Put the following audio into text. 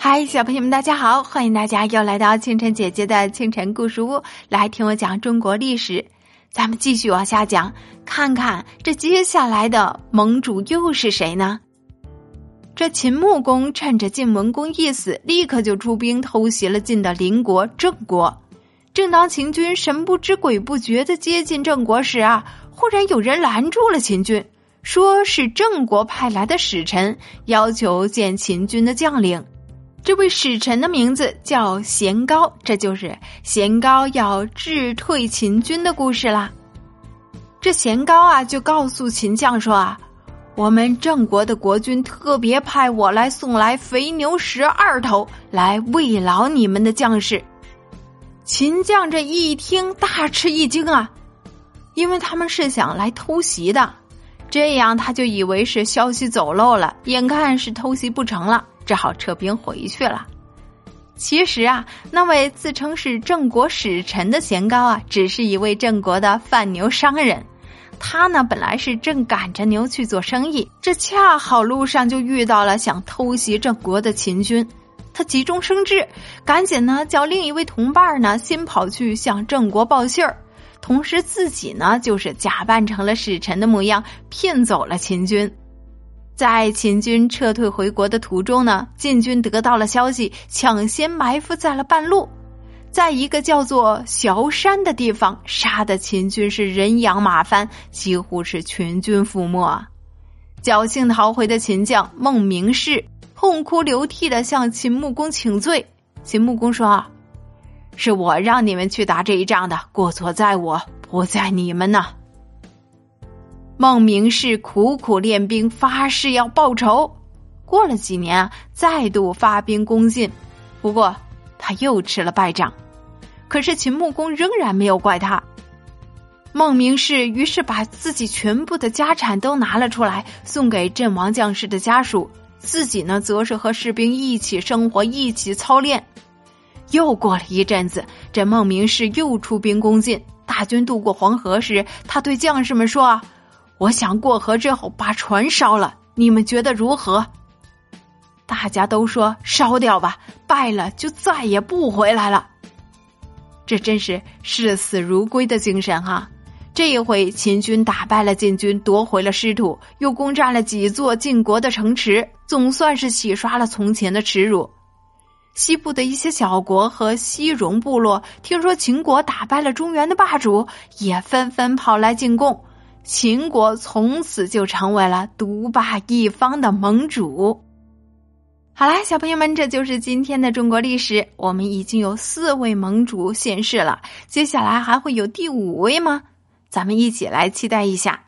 嗨，小朋友们大家好，欢迎大家又来到清晨姐姐的清晨故事屋，来听我讲中国历史。咱们继续往下讲，看看这接下来的盟主又是谁呢？这秦穆公趁着晋文公一死，立刻就出兵偷袭了晋的邻国郑国。正当秦军神不知鬼不觉地接近郑国时忽然有人拦住了秦军，说是郑国派来的使臣，要求见秦军的将领。这位使臣的名字叫咸高，这就是咸高要智退秦军的故事啦。这咸高就告诉秦将说我们郑国的国君特别派我来送来肥牛12头来慰劳你们的将士。秦将这一听大吃一惊因为他们是想来偷袭的，这样他就以为是消息走漏了，眼看是偷袭不成了，只好撤兵回去了。其实那位自称是郑国使臣的咸高只是一位郑国的贩牛商人。他呢本来是正赶着牛去做生意，这恰好路上就遇到了想偷袭郑国的秦军。他急中生智，赶紧呢叫另一位同伴呢先跑去向郑国报信儿，同时自己呢就是假扮成了使臣的模样，骗走了秦军。在秦军撤退回国的途中呢，晋军得到了消息，抢先埋伏在了半路，在一个叫做崤山的地方，杀的秦军是人仰马翻，几乎是全军覆没。侥幸逃回的秦将孟明视痛哭流涕地向秦穆公请罪。秦穆公说是我让你们去打这一仗的，过错在我，不在你们呢。孟明视苦苦练兵，发誓要报仇。过了几年再度发兵攻晋，不过他又吃了败仗。可是秦穆公仍然没有怪他。孟明视于是把自己全部的家产都拿了出来，送给阵亡将士的家属，自己呢则是和士兵一起生活，一起操练。又过了一阵子，这孟明视又出兵攻晋。大军渡过黄河时，他对将士们说我想过河之后把船烧了，你们觉得如何？大家都说烧掉吧，败了就再也不回来了。这真是视死如归的精神这一回秦军打败了晋军，夺回了失土，又攻占了几座晋国的城池，总算是洗刷了从前的耻辱。西部的一些小国和西戎部落听说秦国打败了中原的霸主，也纷纷跑来进贡。秦国从此就成为了独霸一方的盟主。好啦，小朋友们，这就是今天的中国历史。我们已经有4位盟主现世了，接下来还会有第5位吗？咱们一起来期待一下。